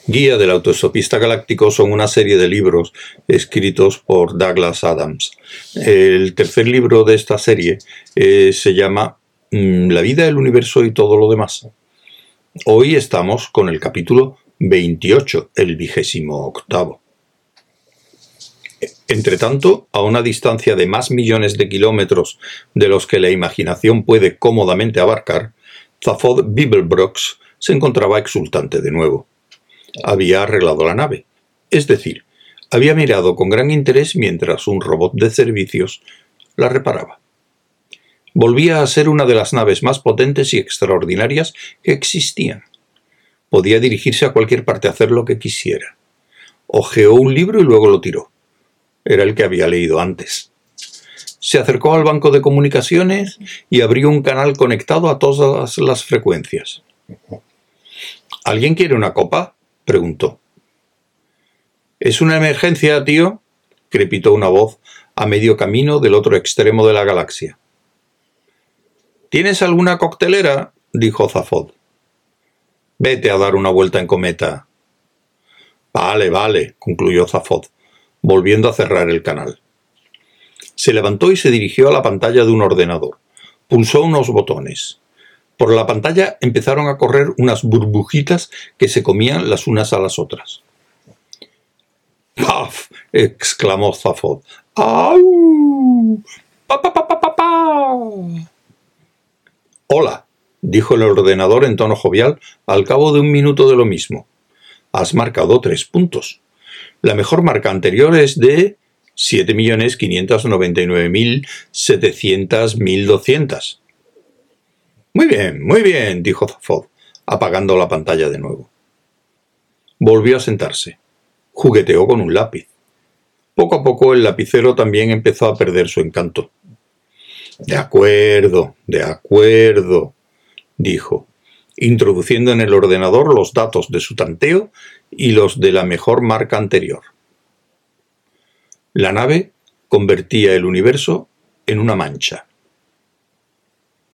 Guía del autoestopista galáctico son una serie de libros escritos por Douglas Adams. El tercer libro de esta serie se llama La vida, el universo y todo lo demás. Hoy estamos con el capítulo 28, el 28º. Entretanto, a una distancia de más millones de kilómetros de los que la imaginación puede cómodamente abarcar, Zaphod Beeblebrox se encontraba exultante de nuevo. Había arreglado la nave, es decir, había mirado con gran interés mientras un robot de servicios la reparaba. Volvía a ser una de las naves más potentes y extraordinarias que existían. Podía dirigirse a cualquier parte a hacer lo que quisiera. Hojeó un libro y luego lo tiró. Era el que había leído antes. Se acercó al banco de comunicaciones y abrió un canal conectado a todas las frecuencias. ¿Alguien quiere una copa?, preguntó. ¿Es una emergencia, tío?, crepitó una voz a medio camino del otro extremo de la galaxia. ¿Tienes alguna coctelera?, dijo Zaphod. Vete a dar una vuelta en cometa. Vale, concluyó Zaphod, volviendo a cerrar el canal. Se levantó y se dirigió a la pantalla de un ordenador. Pulsó unos botones. Por la pantalla empezaron a correr unas burbujitas que se comían las unas a las otras. ¡Paf!, exclamó Zaphod. ¡Au! ¡Pa, pa, pa, pa, pa, pa! Hola, dijo el ordenador en tono jovial al cabo de un minuto de lo mismo. Has marcado 3 puntos. La mejor marca anterior es de 7.599.700.200. Muy bien, dijo Zaphod, apagando la pantalla de nuevo. Volvió a sentarse. Jugueteó con un lápiz. Poco a poco el lapicero también empezó a perder su encanto. De acuerdo, dijo, introduciendo en el ordenador los datos de su tanteo y los de la mejor marca anterior. La nave convertía el universo en una mancha.